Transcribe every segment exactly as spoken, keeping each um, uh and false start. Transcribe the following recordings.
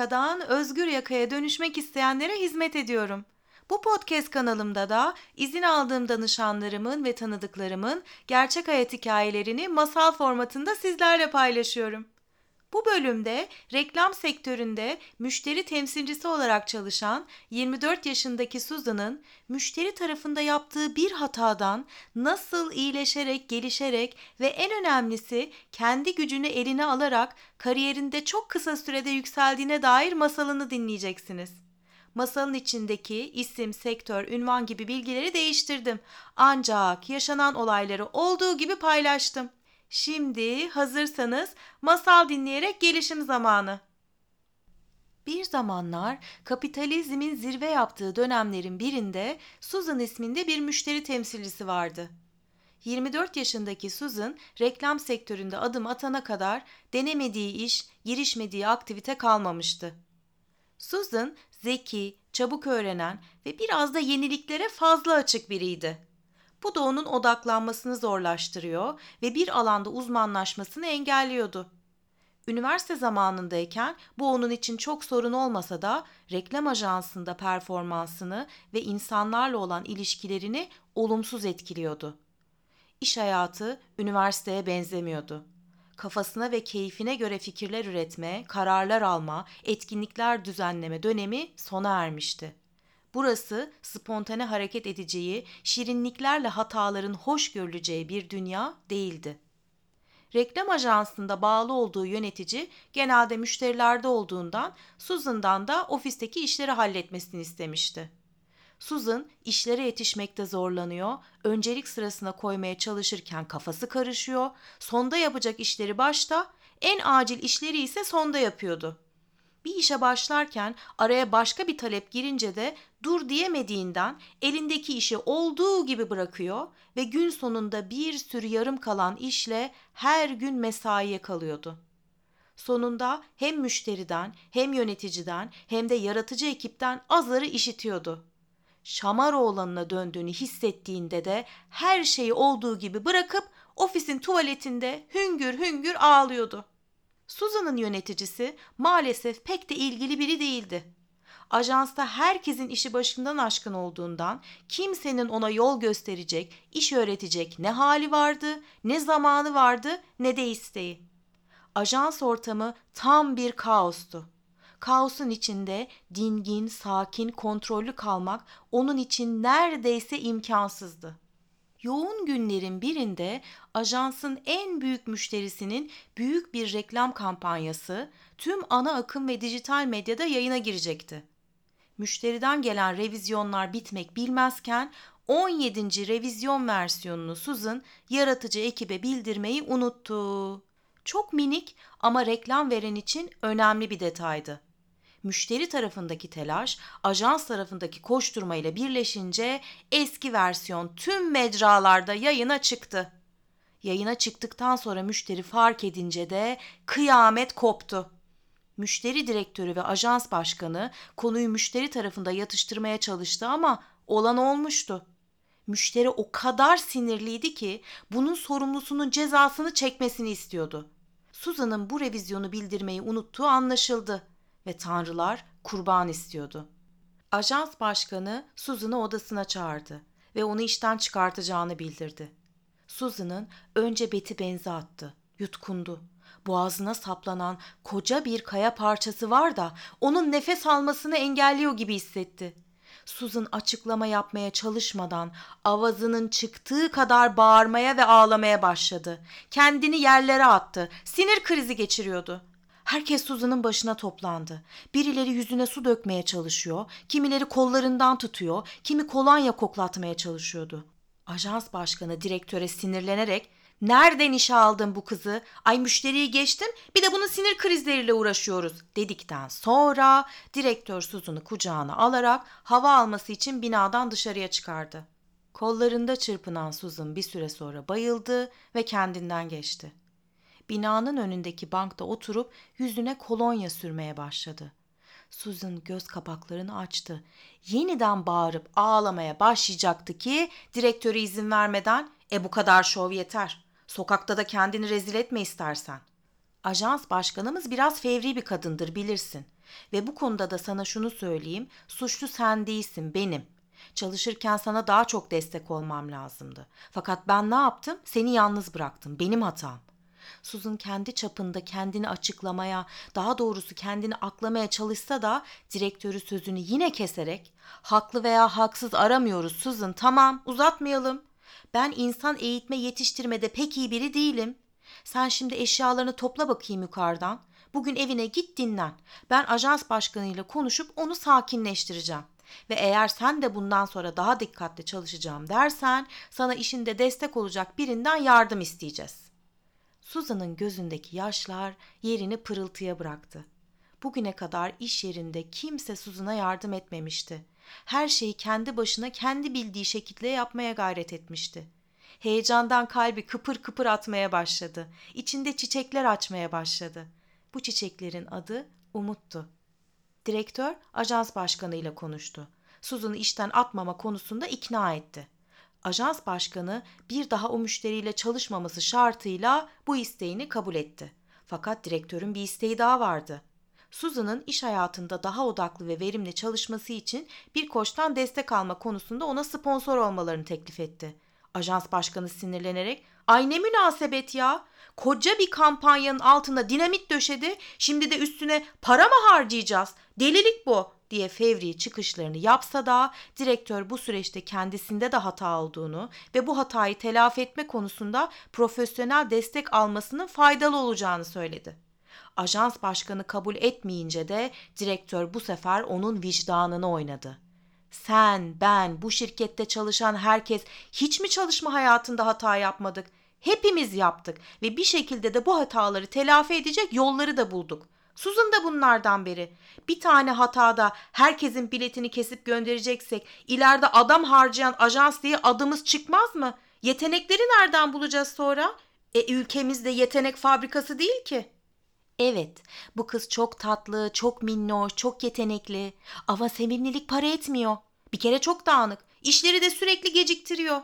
yakadan özgür yakaya dönüşmek isteyenlere hizmet ediyorum. Bu podcast kanalımda da izin aldığım danışanlarımın ve tanıdıklarımın gerçek hayat hikayelerini masal formatında sizlerle paylaşıyorum. Bu bölümde reklam sektöründe müşteri temsilcisi olarak çalışan yirmi dört yaşındaki Susan'ın müşteri tarafında yaptığı bir hatadan nasıl iyileşerek, gelişerek ve en önemlisi kendi gücünü eline alarak kariyerinde çok kısa sürede yükseldiğine dair masalını dinleyeceksiniz. Masalın içindeki isim, sektör, ünvan gibi bilgileri değiştirdim. Ancak yaşanan olayları olduğu gibi paylaştım. Şimdi hazırsanız masal dinleyerek gelişim zamanı. Bir zamanlar kapitalizmin zirve yaptığı dönemlerin birinde Susan isminde bir müşteri temsilcisi vardı. yirmi dört yaşındaki Susan reklam sektöründe adım atana kadar denemediği iş, girişmediği aktivite kalmamıştı. Susan zeki, çabuk öğrenen ve biraz da yeniliklere fazla açık biriydi. Bu da onun odaklanmasını zorlaştırıyor ve bir alanda uzmanlaşmasını engelliyordu. Üniversite zamanındayken bu onun için çok sorun olmasa da reklam ajansında performansını ve insanlarla olan ilişkilerini olumsuz etkiliyordu. İş hayatı üniversiteye benzemiyordu. Kafasına ve keyfine göre fikirler üretme, kararlar alma, etkinlikler düzenleme dönemi sona ermişti. Burası spontane hareket edeceği, şirinliklerle hataların hoş görüleceği bir dünya değildi. Reklam ajansında bağlı olduğu yönetici genelde müşterilerde olduğundan Susan'dan da ofisteki işleri halletmesini istemişti. Susan işlere yetişmekte zorlanıyor, öncelik sırasına koymaya çalışırken kafası karışıyor, sonda yapacak işleri başta, en acil işleri ise sonda yapıyordu. Bir işe başlarken araya başka bir talep girince de dur diyemediğinden elindeki işi olduğu gibi bırakıyor ve gün sonunda bir sürü yarım kalan işle her gün mesaiye kalıyordu. Sonunda hem müşteriden hem yöneticiden hem de yaratıcı ekipten azarı işitiyordu. Şamaroğlanına döndüğünü hissettiğinde de her şeyi olduğu gibi bırakıp ofisin tuvaletinde hüngür hüngür ağlıyordu. Susan'ın yöneticisi maalesef pek de ilgili biri değildi. Ajansta herkesin işi başından aşkın olduğundan kimsenin ona yol gösterecek, iş öğretecek ne hali vardı, ne zamanı vardı, ne de isteği. Ajans ortamı tam bir kaostu. Kaosun içinde dingin, sakin, kontrollü kalmak onun için neredeyse imkansızdı. Yoğun günlerin birinde ajansın en büyük müşterisinin büyük bir reklam kampanyası tüm ana akım ve dijital medyada yayına girecekti. Müşteriden gelen revizyonlar bitmek bilmezken on yedinci revizyon versiyonunu Susan yaratıcı ekibe bildirmeyi unuttu. Çok minik ama reklam veren için önemli bir detaydı. Müşteri tarafındaki telaş, ajans tarafındaki koşturmayla birleşince eski versiyon tüm mecralarda yayına çıktı. Yayına çıktıktan sonra müşteri fark edince de kıyamet koptu. Müşteri direktörü ve ajans başkanı konuyu müşteri tarafında yatıştırmaya çalıştı ama olan olmuştu. Müşteri o kadar sinirliydi ki bunun sorumlusunun cezasını çekmesini istiyordu. Susan'ın bu revizyonu bildirmeyi unuttuğu anlaşıldı ve tanrılar kurban istiyordu. Ajans başkanı Susan'ı odasına çağırdı ve onu işten çıkartacağını bildirdi. Susan'ın önce beti benzi attı, yutkundu. Boğazına saplanan koca bir kaya parçası var da onun nefes almasını engelliyor gibi hissetti. Susan açıklama yapmaya çalışmadan avazının çıktığı kadar bağırmaya ve ağlamaya başladı. Kendini yerlere attı. Sinir krizi geçiriyordu. Herkes Susan'ın başına toplandı. Birileri yüzüne su dökmeye çalışıyor, kimileri kollarından tutuyor, kimi kolonya koklatmaya çalışıyordu. Ajans başkanı direktöre sinirlenerek "Nereden işe aldın bu kızı? Ay müşteriyi geçtim, bir de bunun sinir krizleriyle uğraşıyoruz." dedikten sonra direktör Susan'ı kucağına alarak hava alması için binadan dışarıya çıkardı. Kollarında çırpınan Susan bir süre sonra bayıldı ve kendinden geçti. Binanın önündeki bankta oturup yüzüne kolonya sürmeye başladı. Susan göz kapaklarını açtı. Yeniden bağırıp ağlamaya başlayacaktı ki direktöre izin vermeden "E bu kadar şov yeter. Sokakta da kendini rezil etme istersen." Ajans başkanımız biraz fevri bir kadındır bilirsin. Ve bu konuda da sana şunu söyleyeyim, suçlu sen değilsin, benim. Çalışırken sana daha çok destek olmam lazımdı. Fakat ben ne yaptım? Seni yalnız bıraktım, benim hatam. Susan kendi çapında kendini açıklamaya, daha doğrusu kendini aklamaya çalışsa da direktörü sözünü yine keserek "Haklı veya haksız aramıyoruz Susan, tamam uzatmayalım. Ben insan eğitme yetiştirmede pek iyi biri değilim. Sen şimdi eşyalarını topla bakayım yukarıdan. Bugün evine git dinlen. Ben ajans başkanıyla konuşup onu sakinleştireceğim. Ve eğer sen de bundan sonra daha dikkatli çalışacağım dersen sana işinde destek olacak birinden yardım isteyeceğiz." Susan'ın gözündeki yaşlar yerini pırıltıya bıraktı. Bugüne kadar iş yerinde kimse Susan'a yardım etmemişti. Her şeyi kendi başına kendi bildiği şekilde yapmaya gayret etmişti. Heyecandan kalbi kıpır kıpır atmaya başladı. İçinde çiçekler açmaya başladı. Bu çiçeklerin adı umuttu. Direktör ajans başkanıyla konuştu. Susan'ı işten atmama konusunda ikna etti. Ajans başkanı bir daha o müşteriyle çalışmaması şartıyla bu isteğini kabul etti. Fakat direktörün bir isteği daha vardı. Susan'ın iş hayatında daha odaklı ve verimli çalışması için bir koçtan destek alma konusunda ona sponsor olmalarını teklif etti. Ajans başkanı sinirlenerek "Ay ne münasebet ya! Koca bir kampanyanın altına dinamit döşedi, şimdi de üstüne para mı harcayacağız? Delilik bu!" diye fevri çıkışlarını yapsa da direktör bu süreçte kendisinde de hata olduğunu ve bu hatayı telafi etme konusunda profesyonel destek almasının faydalı olacağını söyledi. Ajans başkanı kabul etmeyince de direktör bu sefer onun vicdanını oynadı. "Sen, ben, bu şirkette çalışan herkes hiç mi çalışma hayatında hata yapmadık? Hepimiz yaptık ve bir şekilde de bu hataları telafi edecek yolları da bulduk. Susan da bunlardan biri. Bir tane hatada herkesin biletini kesip göndereceksek ileride adam harcayan ajans diye adımız çıkmaz mı? Yetenekleri nereden bulacağız sonra? E ülkemizde yetenek fabrikası değil ki." Evet, bu kız çok tatlı, çok minnoş, çok yetenekli. Ama sevimlilik para etmiyor. Bir kere çok dağınık. İşleri de sürekli geciktiriyor.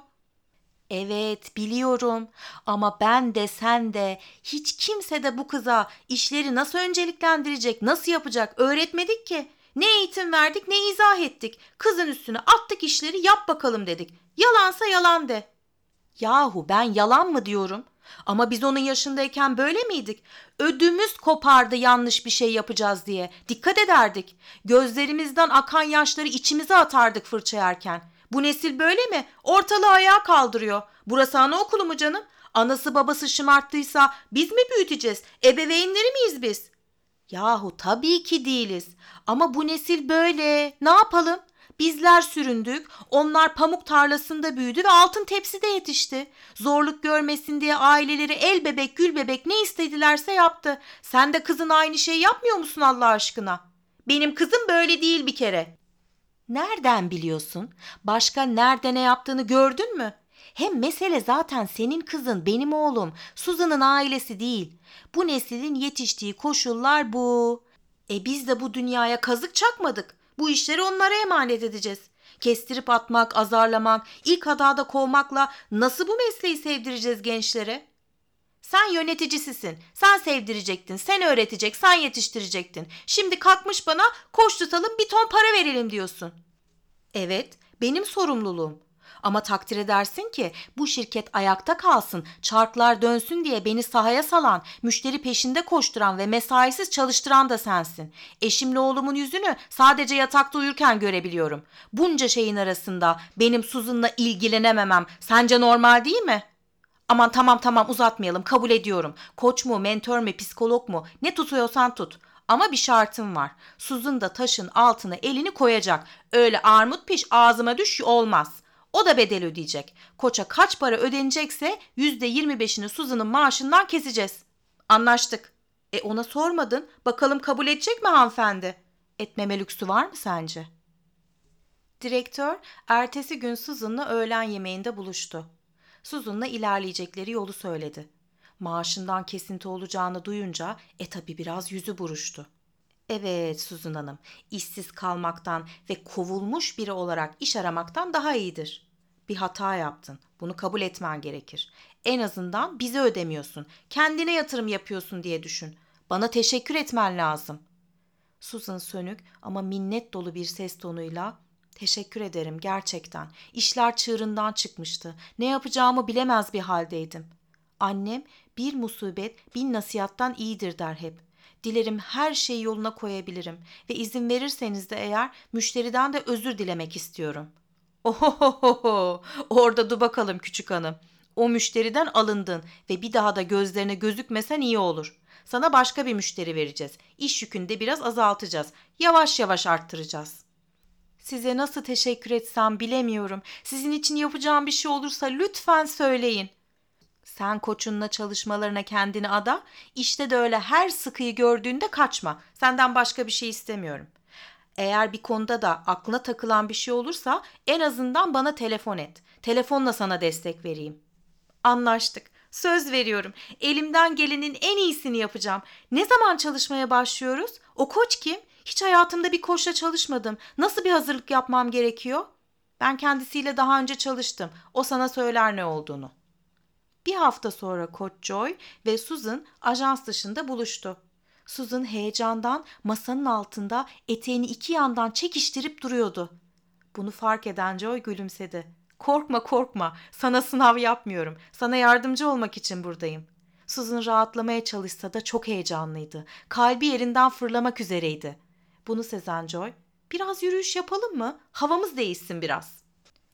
Evet, biliyorum. Ama ben de sen de hiç kimse de bu kıza işleri nasıl önceliklendirecek, nasıl yapacak öğretmedik ki. Ne eğitim verdik, ne izah ettik. Kızın üstüne attık işleri, yap bakalım dedik. Yalansa yalan de. Yahu ben yalan mı diyorum? Ama biz onun yaşındayken böyle miydik? Ödümüz kopardı yanlış bir şey yapacağız diye. Dikkat ederdik. Gözlerimizden akan yaşları içimize atardık fırça yerken. Bu nesil böyle mi? Ortalığı ayağa kaldırıyor. Burası anaokulu mu canım? Anası babası şımarttıysa biz mi büyüteceğiz? Ebeveynleri miyiz biz? Yahu tabii ki değiliz. Ama bu nesil böyle. Ne yapalım? Bizler süründük, onlar pamuk tarlasında büyüdü ve altın tepside yetişti. Zorluk görmesin diye aileleri el bebek gül bebek ne istedilerse yaptı. Sen de kızın aynı şeyi yapmıyor musun Allah aşkına? Benim kızım böyle değil bir kere. Nereden biliyorsun? Başka nerede ne yaptığını gördün mü? Hem mesele zaten senin kızın, benim oğlum, Suzan'ın ailesi değil. Bu neslin yetiştiği koşullar bu. E biz de bu dünyaya kazık çakmadık. Bu işleri onlara emanet edeceğiz. Kestirip atmak, azarlamak, ilk hatada kovmakla nasıl bu mesleği sevdireceğiz gençlere? Sen yöneticisisin. Sen sevdirecektin, sen öğretecek, sen yetiştirecektin. Şimdi kalkmış bana koş tutalım bir ton para verelim diyorsun. Evet, benim sorumluluğum. Ama takdir edersin ki bu şirket ayakta kalsın, çarklar dönsün diye beni sahaya salan, müşteri peşinde koşturan ve mesaisiz çalıştıran da sensin. Eşimle oğlumun yüzünü sadece yatakta uyurken görebiliyorum. Bunca şeyin arasında benim Suzan'la ilgilenememem sence normal değil mi? Aman tamam tamam uzatmayalım, kabul ediyorum. Koç mu, mentor mu, psikolog mu ne tutuyorsan tut. Ama bir şartım var. Suzan da taşın altına elini koyacak. Öyle armut piş ağzıma düş olmaz. O da bedel ödeyecek. Koça kaç para ödenecekse yüzde yirmi beşini Suzan'ın maaşından keseceğiz. Anlaştık. E ona sormadın. Bakalım kabul edecek mi hanımefendi? Etmeme lüksü var mı sence? Direktör ertesi gün Suzan'la öğlen yemeğinde buluştu. Suzan'la ilerleyecekleri yolu söyledi. Maaşından kesinti olacağını duyunca e tabi biraz yüzü buruştu. Evet Suzan Hanım, işsiz kalmaktan ve kovulmuş biri olarak iş aramaktan daha iyidir. Bir hata yaptın. Bunu kabul etmen gerekir. En azından bize ödemiyorsun. Kendine yatırım yapıyorsun diye düşün. Bana teşekkür etmen lazım. Susan sönük ama minnet dolu bir ses tonuyla "Teşekkür ederim gerçekten. İşler çığırından çıkmıştı. Ne yapacağımı bilemez bir haldeydim." Annem bir musibet bin nasihattan iyidir der hep. Dilerim her şeyi yoluna koyabilirim ve izin verirseniz de eğer müşteriden de özür dilemek istiyorum. Ohohoho, orada dur bakalım küçük hanım. O müşteriden alındın ve bir daha da gözlerine gözükmesen iyi olur. Sana başka bir müşteri vereceğiz. İş yükünü de biraz azaltacağız. Yavaş yavaş arttıracağız. Size nasıl teşekkür etsem bilemiyorum. Sizin için yapacağım bir şey olursa lütfen söyleyin. Sen koçunla çalışmalarına kendini ada. İşte de öyle her sıkıyı gördüğünde kaçma. Senden başka bir şey istemiyorum. Eğer bir konuda da aklına takılan bir şey olursa en azından bana telefon et. Telefonla sana destek vereyim. Anlaştık. Söz veriyorum. Elimden gelenin en iyisini yapacağım. Ne zaman çalışmaya başlıyoruz? O koç kim? Hiç hayatımda bir koçla çalışmadım. Nasıl bir hazırlık yapmam gerekiyor? Ben kendisiyle daha önce çalıştım. O sana söyler ne olduğunu. Bir hafta sonra Koç Joy ve Susan ajans dışında buluştu. Susan heyecandan masanın altında eteğini iki yandan çekiştirip duruyordu. Bunu fark eden Joy gülümsedi. "Korkma korkma, sana sınav yapmıyorum. Sana yardımcı olmak için buradayım." Susan rahatlamaya çalışsa da çok heyecanlıydı. Kalbi yerinden fırlamak üzereydi. Bunu sezen Joy, "Biraz yürüyüş yapalım mı? Havamız değişsin biraz."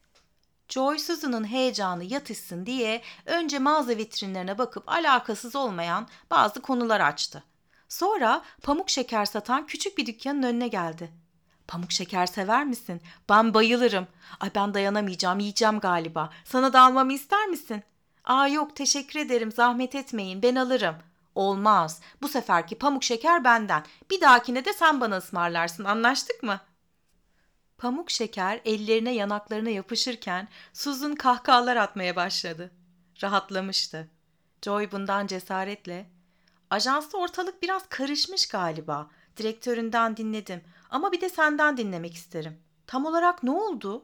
Joy Susan'ın heyecanı yatışsın diye önce mağaza vitrinlerine bakıp alakasız olmayan bazı konular açtı. Sonra pamuk şeker satan küçük bir dükkanın önüne geldi. "Pamuk şeker sever misin? Ben bayılırım. Ay ben dayanamayacağım, yiyeceğim galiba. Sana da almamı ister misin?" "Aa yok teşekkür ederim, zahmet etmeyin, ben alırım." "Olmaz. Bu seferki pamuk şeker benden. Bir dahakine de sen bana ısmarlarsın. Anlaştık mı?" Pamuk şeker ellerine yanaklarına yapışırken Susan kahkahalar atmaya başladı. Rahatlamıştı. Joy bundan cesaretle, "Ajansta ortalık biraz karışmış galiba. Direktöründen dinledim ama bir de senden dinlemek isterim. Tam olarak ne oldu?"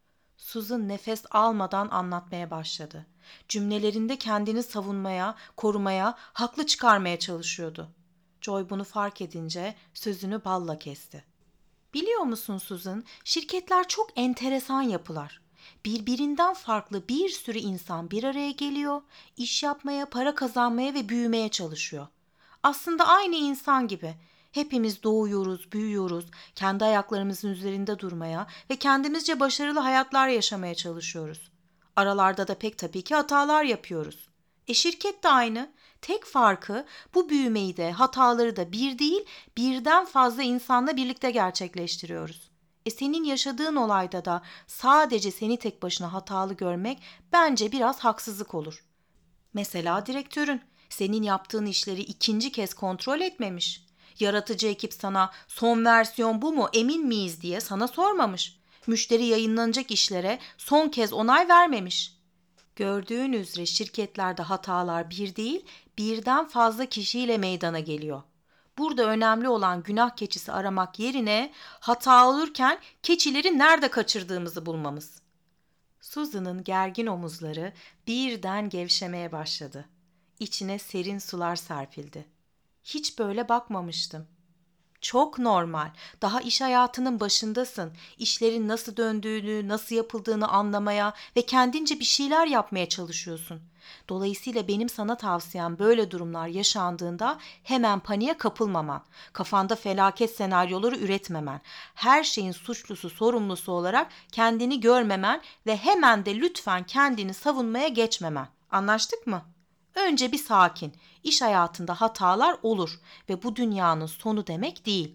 Susan nefes almadan anlatmaya başladı. Cümlelerinde kendini savunmaya, korumaya, haklı çıkarmaya çalışıyordu. Joy bunu fark edince sözünü balla kesti. "Biliyor musun Susan, şirketler çok enteresan yapılar. Birbirinden farklı bir sürü insan bir araya geliyor, iş yapmaya, para kazanmaya ve büyümeye çalışıyor. Aslında aynı insan gibi. Hepimiz doğuyoruz, büyüyoruz, kendi ayaklarımızın üzerinde durmaya ve kendimizce başarılı hayatlar yaşamaya çalışıyoruz. Aralarda da pek tabii ki hatalar yapıyoruz. E şirket de aynı. Tek farkı bu büyümeyi de hataları da bir değil birden fazla insanla birlikte gerçekleştiriyoruz. E senin yaşadığın olayda da sadece seni tek başına hatalı görmek bence biraz haksızlık olur. Mesela direktörün senin yaptığın işleri ikinci kez kontrol etmemiş. Yaratıcı ekip sana son versiyon bu mu emin miyiz diye sana sormamış. Müşteri yayınlanacak işlere son kez onay vermemiş. Gördüğün üzere şirketlerde hatalar bir değil, birden fazla kişiyle meydana geliyor. Burada önemli olan günah keçisi aramak yerine hata olurken keçileri nerede kaçırdığımızı bulmamız. Susan'ın gergin omuzları birden gevşemeye başladı. İçine serin sular serpildi. Hiç böyle bakmamıştım. Çok normal. Daha iş hayatının başındasın. İşlerin nasıl döndüğünü, nasıl yapıldığını anlamaya ve kendince bir şeyler yapmaya çalışıyorsun. Dolayısıyla benim sana tavsiyem böyle durumlar yaşandığında hemen paniğe kapılmaman, kafanda felaket senaryoları üretmemen, her şeyin suçlusu, sorumlusu olarak kendini görmemen ve hemen de lütfen kendini savunmaya geçmemen. Anlaştık mı? Önce bir sakin. İş hayatında hatalar olur ve bu dünyanın sonu demek değil.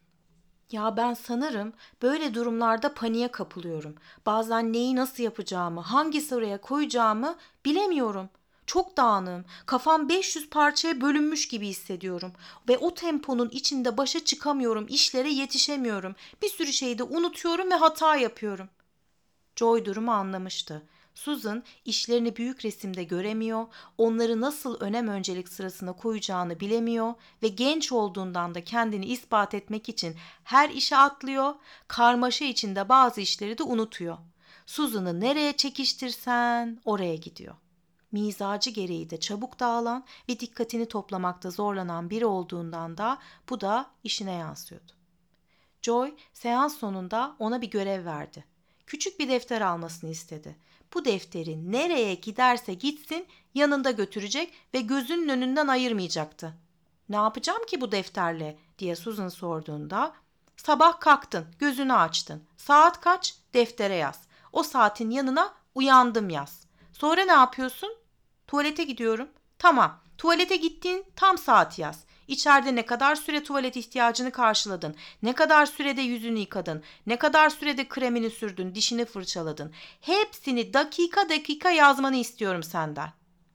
Ya ben sanırım böyle durumlarda paniğe kapılıyorum. Bazen neyi nasıl yapacağımı, hangi sıraya koyacağımı bilemiyorum. Çok dağınığım. Kafam beş yüz parçaya bölünmüş gibi hissediyorum. Ve o temponun içinde başa çıkamıyorum, işlere yetişemiyorum. Bir sürü şeyi de unutuyorum ve hata yapıyorum. Joy durumu anlamıştı. Susan işlerini büyük resimde göremiyor, onları nasıl önem öncelik sırasına koyacağını bilemiyor ve genç olduğundan da kendini ispat etmek için her işe atlıyor, karmaşa içinde bazı işleri de unutuyor. Susan'ı nereye çekiştirsen oraya gidiyor. Mizacı gereği de çabuk dağılan ve dikkatini toplamakta zorlanan biri olduğundan da bu da işine yansıyordu. Joy seans sonunda ona bir görev verdi. Küçük bir defter almasını istedi. Bu defteri nereye giderse gitsin yanında götürecek ve gözünün önünden ayırmayacaktı. "Ne yapacağım ki bu defterle?" diye Susan sorduğunda, "Sabah kalktın, gözünü açtın. Saat kaç? Deftere yaz. O saatin yanına uyandım yaz. Sonra ne yapıyorsun?" "Tuvalete gidiyorum." "Tamam, tuvalete gittiğin tam saat yaz. İçeride ne kadar süre tuvalet ihtiyacını karşıladın, ne kadar sürede yüzünü yıkadın, ne kadar sürede kremini sürdün, dişini fırçaladın. Hepsini dakika dakika yazmanı istiyorum senden."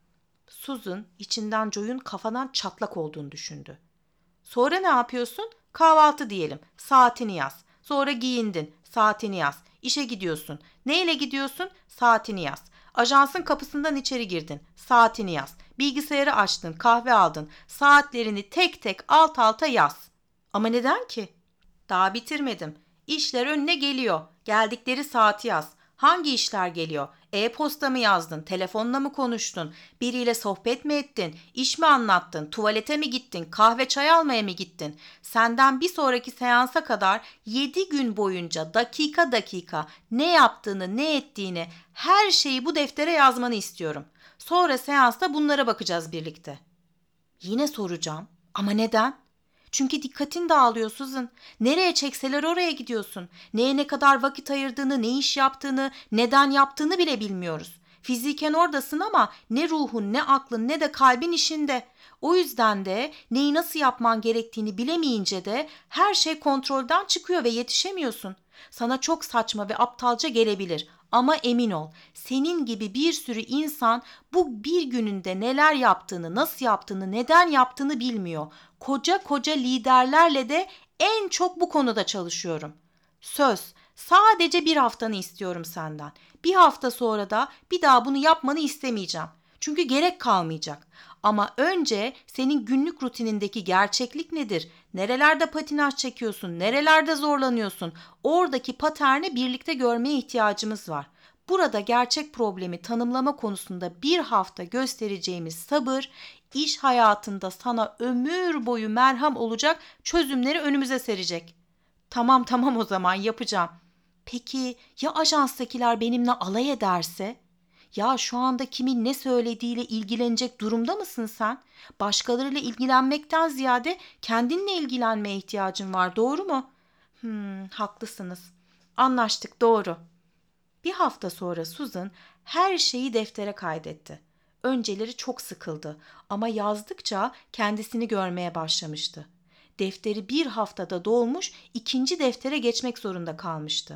Susan içinden Joy'un kafadan çatlak olduğunu düşündü. "Sonra ne yapıyorsun?" "Kahvaltı diyelim, saatini yaz. Sonra giyindin, saatini yaz. İşe gidiyorsun. Neyle gidiyorsun? Saatini yaz. Ajansın kapısından içeri girdin, saatini yaz. Bilgisayarı açtın, kahve aldın. Saatlerini tek tek alt alta yaz." "Ama neden ki?" "Daha bitirmedim. İşler önüne geliyor. Geldikleri saati yaz. Hangi işler geliyor? E-posta mı yazdın? Telefonla mı konuştun? Biriyle sohbet mi ettin? İş mi anlattın? Tuvalete mi gittin? Kahve çay almaya mı gittin? Senden bir sonraki seansa kadar yedi gün boyunca dakika dakika ne yaptığını, ne ettiğini, her şeyi bu deftere yazmanı istiyorum. Sonra seansta bunlara bakacağız birlikte." "Yine soracağım. Ama neden?" "Çünkü dikkatin dağılıyor Susan. Nereye çekseler oraya gidiyorsun. Neye ne kadar vakit ayırdığını, ne iş yaptığını, neden yaptığını bile bilmiyoruz. Fiziken oradasın ama ne ruhun, ne aklın, ne de kalbin işinde. O yüzden de neyi nasıl yapman gerektiğini bilemeyince de her şey kontrolden çıkıyor ve yetişemiyorsun. Sana çok saçma ve aptalca gelebilir ama emin ol, senin gibi bir sürü insan bu bir gününde neler yaptığını, nasıl yaptığını, neden yaptığını bilmiyor. Koca koca liderlerle de en çok bu konuda çalışıyorum. Söz, sadece bir haftanı istiyorum senden. Bir hafta sonra da bir daha bunu yapmanı istemeyeceğim. Çünkü gerek kalmayacak. Ama önce senin günlük rutinindeki gerçeklik nedir? Nerelerde patinaj çekiyorsun? Nerelerde zorlanıyorsun? Oradaki paterni birlikte görmeye ihtiyacımız var. Burada gerçek problemi tanımlama konusunda bir hafta göstereceğimiz sabır, iş hayatında sana ömür boyu merhem olacak çözümleri önümüze serecek. "Tamam tamam, o zaman yapacağım." "Peki ya ajanstakiler benimle alay ederse?" "Ya şu anda kimin ne söylediğiyle ilgilenecek durumda mısın sen? Başkalarıyla ilgilenmekten ziyade kendinle ilgilenmeye ihtiyacın var, doğru mu?" "Hmm, haklısınız. Anlaştık, doğru." Bir hafta sonra Susan her şeyi deftere kaydetti. Önceleri çok sıkıldı ama yazdıkça kendisini görmeye başlamıştı. Defteri bir haftada dolmuş, ikinci deftere geçmek zorunda kalmıştı.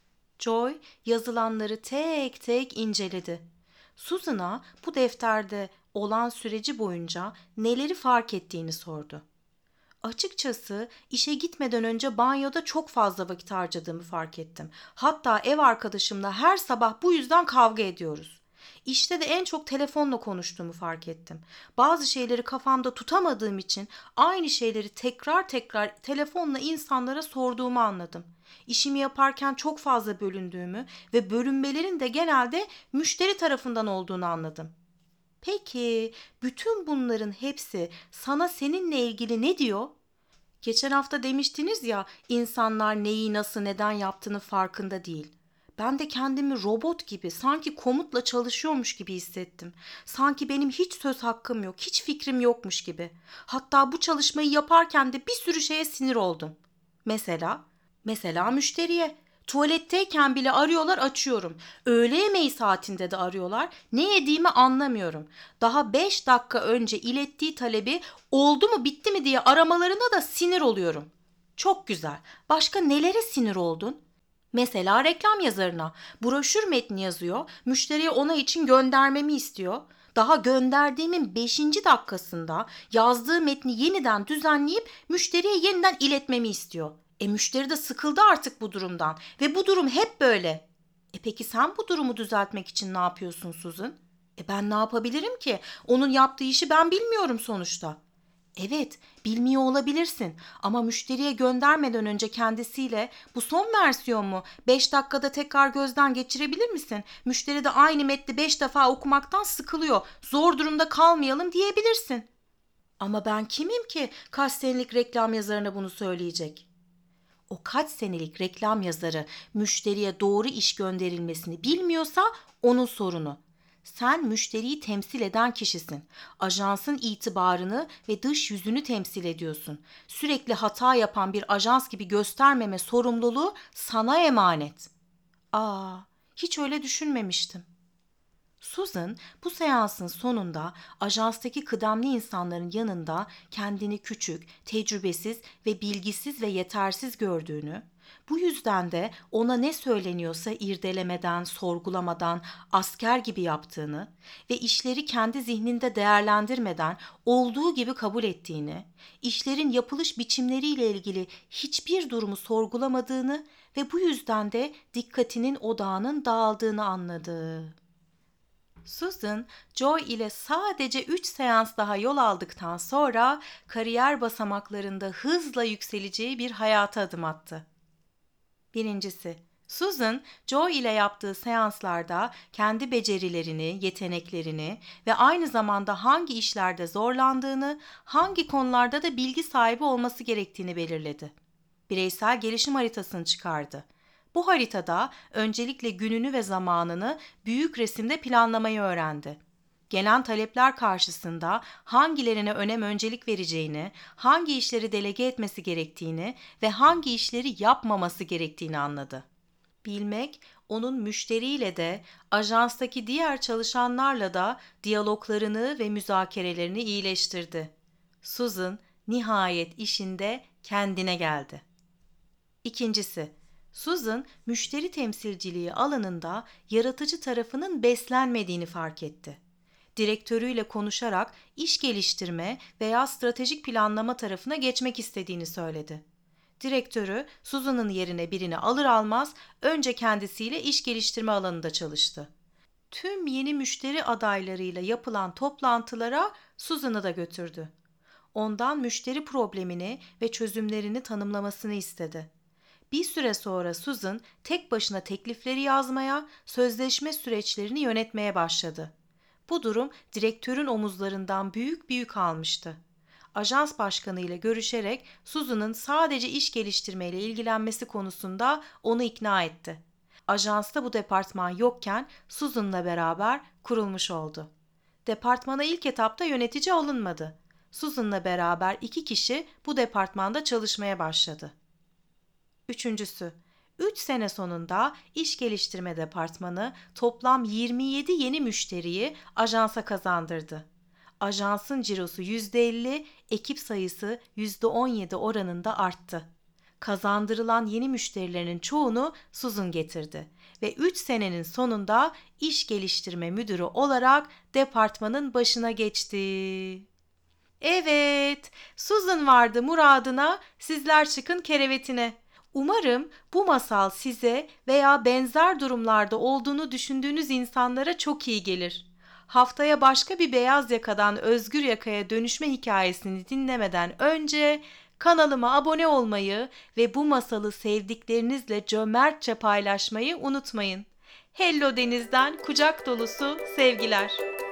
Joy yazılanları tek tek inceledi. Susan'a bu defterde olan süreci boyunca neleri fark ettiğini sordu. "Açıkçası işe gitmeden önce banyoda çok fazla vakit harcadığımı fark ettim. Hatta ev arkadaşımla her sabah bu yüzden kavga ediyoruz. İşte de en çok telefonla konuştuğumu fark ettim. Bazı şeyleri kafamda tutamadığım için aynı şeyleri tekrar tekrar telefonla insanlara sorduğumu anladım. İşimi yaparken çok fazla bölündüğümü ve bölünmelerin de genelde müşteri tarafından olduğunu anladım." "Peki bütün bunların hepsi sana seninle ilgili ne diyor?" "Geçen hafta demiştiniz ya, insanlar neyi nasıl neden yaptığını farkında değil. Ben de kendimi robot gibi, sanki komutla çalışıyormuş gibi hissettim. Sanki benim hiç söz hakkım yok, hiç fikrim yokmuş gibi. Hatta bu çalışmayı yaparken de bir sürü şeye sinir oldum. Mesela, mesela müşteriye. Tuvaletteyken bile arıyorlar, açıyorum. Öğle yemeği saatinde de arıyorlar. Ne yediğimi anlamıyorum. Daha beş dakika önce ilettiği talebi oldu mu bitti mi diye aramalarına da sinir oluyorum." "Çok güzel. Başka nelere sinir oldun?" "Mesela reklam yazarına. Broşür metni yazıyor. Müşteriye ona için göndermemi istiyor. Daha gönderdiğimin beşinci dakikasında yazdığı metni yeniden düzenleyip müşteriye yeniden iletmemi istiyor. E müşteri de sıkıldı artık bu durumdan ve bu durum hep böyle." "E peki sen bu durumu düzeltmek için ne yapıyorsun Susan?" "E ben ne yapabilirim ki? Onun yaptığı işi ben bilmiyorum sonuçta." Evet, bilmiyor olabilirsin ama müşteriye göndermeden önce kendisiyle bu son versiyon mu? beş dakikada tekrar gözden geçirebilir misin? Müşteri de aynı metni beş defa okumaktan sıkılıyor. Zor durumda kalmayalım diyebilirsin. Ama ben kimim ki kaç senelik reklam yazarına bunu söyleyecek? O kaç senelik reklam yazarı müşteriye doğru iş gönderilmesini bilmiyorsa onun sorunu. Sen müşteriyi temsil eden kişisin. Ajansın itibarını ve dış yüzünü temsil ediyorsun. Sürekli hata yapan bir ajans gibi göstermeme sorumluluğu sana emanet. Aa, hiç öyle düşünmemiştim. Susan bu seansın sonunda ajanstaki kıdemli insanların yanında kendini küçük, tecrübesiz ve bilgisiz ve yetersiz gördüğünü, bu yüzden de ona ne söyleniyorsa irdelemeden, sorgulamadan asker gibi yaptığını ve işleri kendi zihninde değerlendirmeden olduğu gibi kabul ettiğini, işlerin yapılış biçimleriyle ilgili hiçbir durumu sorgulamadığını ve bu yüzden de dikkatinin odağının dağıldığını anladı. Susan, Joy ile sadece üç seans daha yol aldıktan sonra kariyer basamaklarında hızla yükseleceği bir hayata adım attı. Birincisi, Susan, Joy ile yaptığı seanslarda kendi becerilerini, yeteneklerini ve aynı zamanda hangi işlerde zorlandığını, hangi konularda da bilgi sahibi olması gerektiğini belirledi. Bireysel gelişim haritasını çıkardı. Bu haritada öncelikle gününü ve zamanını büyük resimde planlamayı öğrendi. Gelen talepler karşısında hangilerine önem öncelik vereceğini, hangi işleri delege etmesi gerektiğini ve hangi işleri yapmaması gerektiğini anladı. Bilmek, onun müşteriyle de, ajanstaki diğer çalışanlarla da diyaloglarını ve müzakerelerini iyileştirdi. Susan, nihayet işinde kendine geldi. İkincisi, Susan, müşteri temsilciliği alanında yaratıcı tarafının beslenmediğini fark etti. Direktörüyle konuşarak iş geliştirme veya stratejik planlama tarafına geçmek istediğini söyledi. Direktörü, Susan'ın yerine birini alır almaz önce kendisiyle iş geliştirme alanında çalıştı. Tüm yeni müşteri adaylarıyla yapılan toplantılara Susan'ı da götürdü. Ondan müşteri problemini ve çözümlerini tanımlamasını istedi. Bir süre sonra Susan tek başına teklifleri yazmaya, sözleşme süreçlerini yönetmeye başladı. Bu durum direktörün omuzlarından büyük bir yük almıştı. Ajans başkanı ile görüşerek Susan'ın sadece iş geliştirmeyle ilgilenmesi konusunda onu ikna etti. Ajansta bu departman yokken Susan'la beraber kurulmuş oldu. Departmana ilk etapta yönetici alınmadı. Susan'la beraber iki kişi bu departmanda çalışmaya başladı. Üçüncüsü, üç sene sonunda iş geliştirme departmanı toplam yirmi yedi yeni müşteriyi ajansa kazandırdı. Ajansın cirosu yüzde elli, ekip sayısı yüzde on yedi oranında arttı. Kazandırılan yeni müşterilerin çoğunu Susan getirdi ve üç senenin sonunda iş geliştirme müdürü olarak departmanın başına geçti. Evet, Susan vardı muradına, sizler çıkın kerevetine. Umarım bu masal size veya benzer durumlarda olduğunu düşündüğünüz insanlara çok iyi gelir. Haftaya başka bir beyaz yakadan özgür yakaya dönüşme hikayesini dinlemeden önce kanalıma abone olmayı ve bu masalı sevdiklerinizle cömertçe paylaşmayı unutmayın. Hello Deniz'den kucak dolusu sevgiler.